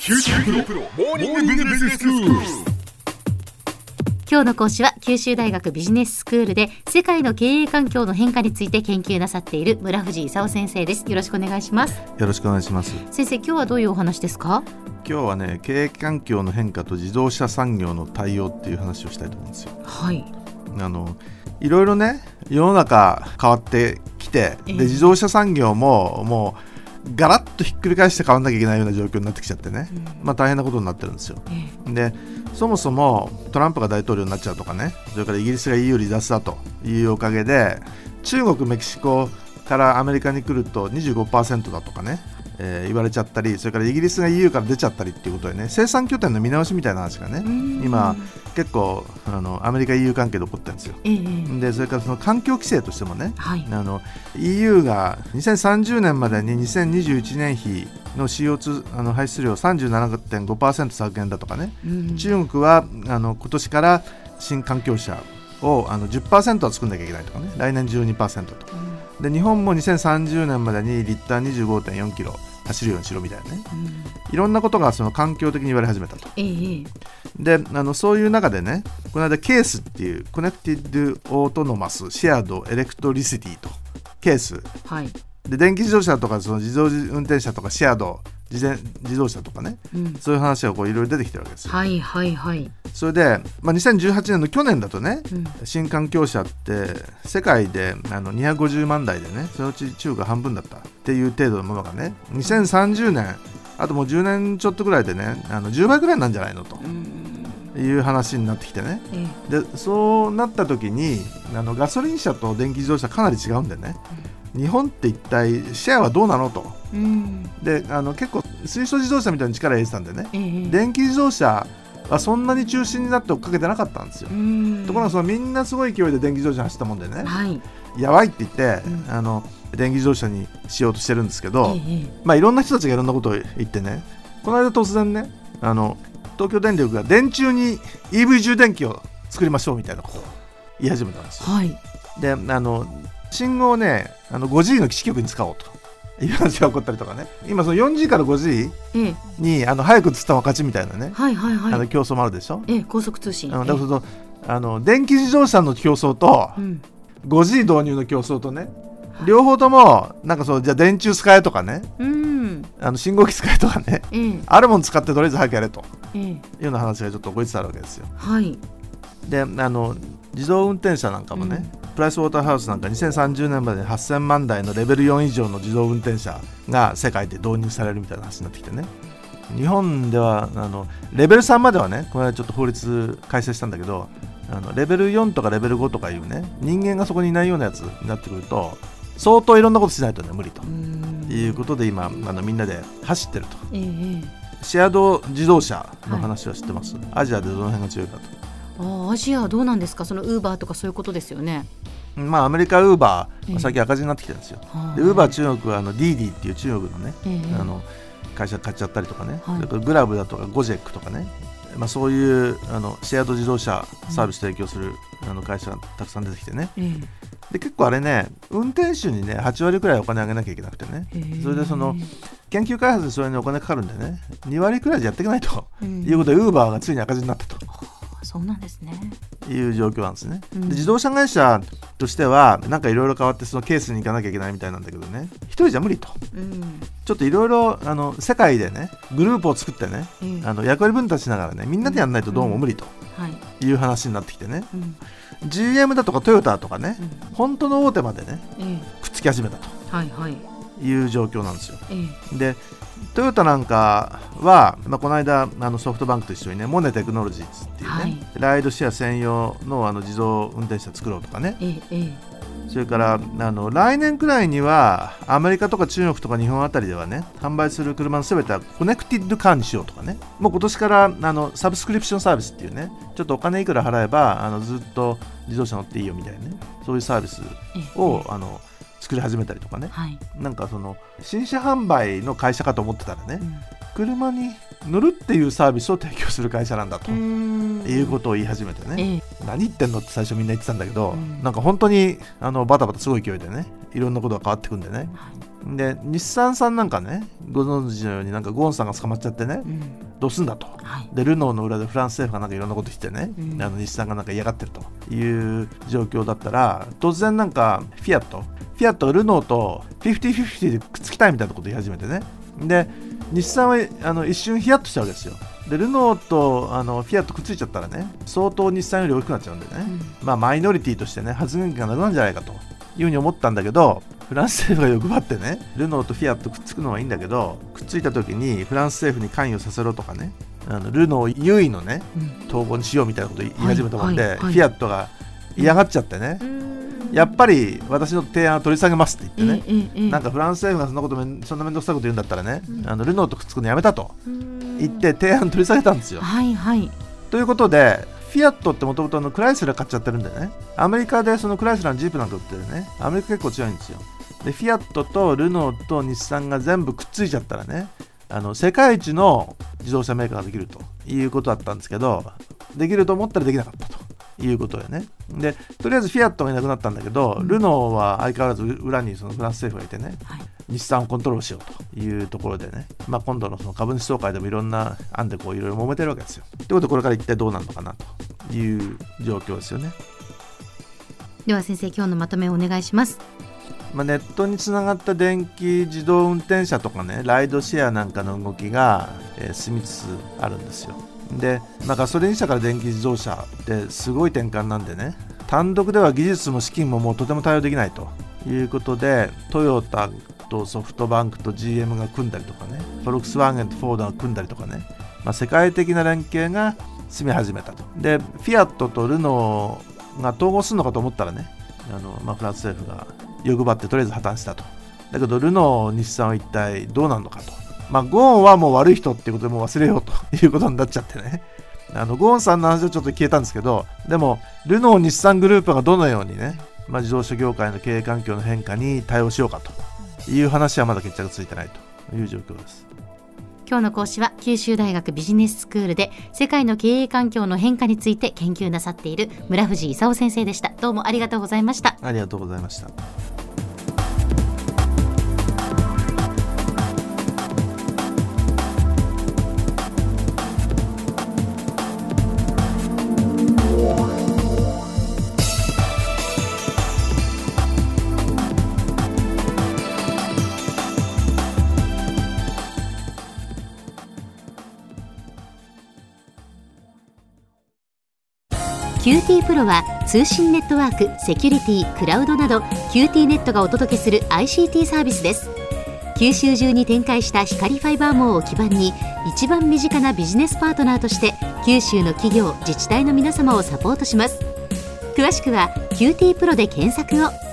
九州大学モーニングビジネススクール。 今日の講師は九州大学ビジネススクールで世界の経営環境の変化について研究なさっている村藤勲先生です。よろしくお願いします。 よろしくお願いします。 先生、今日はどういうお話ですか？ 今日はね、経営環境の変化と自動車産業の対応っていう話をしたいと思うんですよ。 はい。 いろいろね、世の中変わってきて、で自動車産業ももうガラッとひっくり返して変わんなきゃいけないような状況になってきちゃってね、大変なことになってるんですよ。でそもそもトランプが大統領になっちゃうとかね、それからイギリスが EU 離脱だというおかげで、中国メキシコからアメリカに来ると 25% だとかね、言われちゃったり、それからイギリスが EU から出ちゃったりっていうことでね、生産拠点の見直しみたいな話がね、今結構アメリカ EU 関係で起こってるんですよ。でそれからその環境規制としてもね、EU が2030年までに2021年比の CO2 排出量 37.5% 削減だとかね、中国は今年から新環境車を10% は作んなきゃいけないとかね、来年 12% と、で日本も2030年までにリッター 25.4 キロ走るようにしろみたいなね、いろんなことがその環境的に言われ始めたと。でそういう中でね、この間ケースっていうコネクティッドオートノマスシェアドエレクトリシティとケース、で電気自動車とかその自動運転車とかシェアド自動車とかね、そういう話がいろいろ出てきてるわけですよ。それで、2018年の去年だとね、新環境車って世界で250万台でね、そのうち中国が半分だったっていう程度のものがね、2030年あともう10年ちょっとぐらいでね、10倍ぐらいなんじゃないのという話になってきてね、でそうなった時にガソリン車と電気自動車かなり違うんでね、日本って一体シェアはどうなのと、で結構水素自動車みたいに力入れてたんでね、電気自動車はそんなに中心になって追っかけてなかったんですよ。ところがそのみんなすごい勢いで電気自動車走ったもんでね、やばいって言って、電気自動車にしようとしてるんですけど、いろんな人たちがいろんなことを言ってね、この間突然ね、東京電力が電柱に EV 充電器を作りましょうみたいなことを言い始めたんですよ。で信号をね5G の基地局に使おうという話が起こったりとかね、今その 4G から 5G に早く移ったら勝ちみたいなね、競争もあるでしょ。 高速通信、 だからその電気自動車の競争と、5G 導入の競争とね、両方ともなんかそうじゃあ電柱使えとかね、信号機使えとかね、あるもの使ってとりあえず早くやれというような話がちょっと起こりつつあるわけですよ。で自動運転車なんかもね、プライスウォーターハウスなんか2030年までに8000万台のレベル4以上の自動運転車が世界で導入されるみたいな話になってきてね、日本ではレベル3まではね、これはちょっと法律改正したんだけど、レベル4とかレベル5とかいうね、人間がそこにいないようなやつになってくると相当いろんなことしないとね無理ということで、今みんなで走ってると。シェアド自動車の話は知ってます？アジアでどの辺が強いかと。 アジアはどうなんですか？そのウーバーとかそういうことですよね。 アメリカウーバー最近赤字になってきてるんですよ。でウーバー中国はディーディっていう中国のね、会社買っちゃったりとかね、それからグラブだとかゴジェックとかね、そういうシェアド自動車サービス提供する会社がたくさん出てきてね、で結構あれね、運転手にね8割くらいお金あげなきゃいけなくてね、それでその研究開発でそれにお金かかるんでね、2割くらいでやっていけないということで、ウーバーがついに赤字になったと。 そうなんですね。 いう状況なんですね。で自動車会社としてはなんかいろいろ変わって、そのケースに行かなきゃいけないみたいなんだけどね、一人じゃ無理と、ちょっといろいろ世界でねグループを作ってね、役割分担しながらね、みんなでやらないとどうも無理という話になってきてね、GM だとかトヨタとかね、本当の大手までね、くっつき始めたという状況なんですよ。でトヨタなんかは、この間ソフトバンクと一緒にね、モネテクノロジーズっていうね、ライドシェア専用の自動運転車作ろうとかね、それから来年くらいにはアメリカとか中国とか日本あたりではね、販売する車の全てはコネクティッドカーにしようとかね、もう今年からサブスクリプションサービスっていうね、ちょっとお金いくら払えばずっと自動車乗っていいよみたいなね、そういうサービスを作り始めたりとかね、なんかその新車販売の会社かと思ってたらね、車に乗るっていうサービスを提供する会社なんだということを言い始めてね、何言ってんのって最初みんな言ってたんだけど、なんか本当にバタバタすごい勢いでね、いろんなことが変わってくんでね、 で日産さんなんかね、ご存知のようになんかゴーンさんが捕まっちゃってね、どうすんだと、でルノーの裏でフランス政府がなんかいろんなことしてね、日産がなんか嫌がってるという状況だったら、突然なんかフィアットルノーと 50-50 でくっつきたいみたいなことを言い始めてね、で日産は一瞬ヒヤッとしたわけですよ。でルノーとフィアットくっついちゃったらね、相当日産より大きくなっちゃうんでね、マイノリティとしてね発言権がなくなるんじゃないかというふうに思ったんだけど、フランス政府が欲張ってね、ルノーとフィアットくっつくのはいいんだけど、くっついた時にフランス政府に関与させろとかね、ルノー優位のね統合にしようみたいなことを言い始めたもんで、フィアットが嫌がっちゃってね、やっぱり私の提案を取り下げますって言ってね、なんかフランス政府がそんな面倒くさいこと言うんだったらね、ルノーとくっつくのやめたと言って提案取り下げたんですよ。ということでフィアットってもともとクライスラー買っちゃってるんでね、アメリカでそのクライスラーのジープなんか売ってるね、アメリカ結構強いんですよ。でフィアットとルノーと日産が全部くっついちゃったらね、世界一の自動車メーカーができるということだったんですけど、できると思ったらできなかったということでね。でとりあえずフィアットがいなくなったんだけど、ルノーは相変わらず裏にそのフランス政府がいてね、日産をコントロールしようというところでね、今度のその株主総会でもいろんな案でこういろいろ揉めてるわけですよ。ということでこれから一体どうなるのかなという状況ですよね。 では先生、今日のまとめをお願いします。 ネットにつながった電気自動運転車とかね、ライドシェアなんかの動きが、進みつつあるんですよ。で、ガソリン車から電気自動車ってすごい転換なんでね、単独では技術も資金ももうとても対応できないということで、トヨタとソフトバンクと GM が組んだりとかね、フォルクスワーゲンとフォードが組んだりとかね、世界的な連携が進み始めたと。でフィアットとルノーが統合するのかと思ったらね、フランス政府が欲張ってとりあえず破綻したと。だけどルノー日産は一体どうなるのかと。ゴーンはもう悪い人っていうことでもう忘れようということになっちゃってね、ゴーンさんの話はちょっと消えたんですけど、でもルノー日産グループがどのようにね、自動車業界の経営環境の変化に対応しようかという話はまだ決着ついてないという状況です。 今日の講師は九州大学ビジネススクールで世界の経営環境の変化について研究なさっている村藤勲先生でした。どうもありがとうございました。 ありがとうございました。 QT プロは通信ネットワーク、セキュリティ、クラウドなど QT ネットがお届けする ICT サービスです。九州中に展開した光ファイバー網を基盤に一番身近なビジネスパートナーとして九州の企業、自治体の皆様をサポートします。詳しくは QT プロで検索を。